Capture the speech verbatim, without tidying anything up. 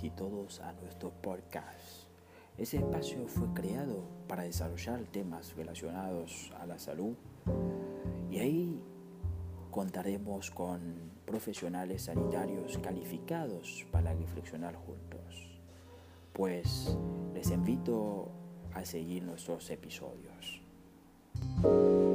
y todos a nuestro podcast. Ese espacio fue creado para desarrollar temas relacionados a la salud y ahí contaremos con profesionales sanitarios calificados para reflexionar juntos. Pues les invito a seguir nuestros episodios.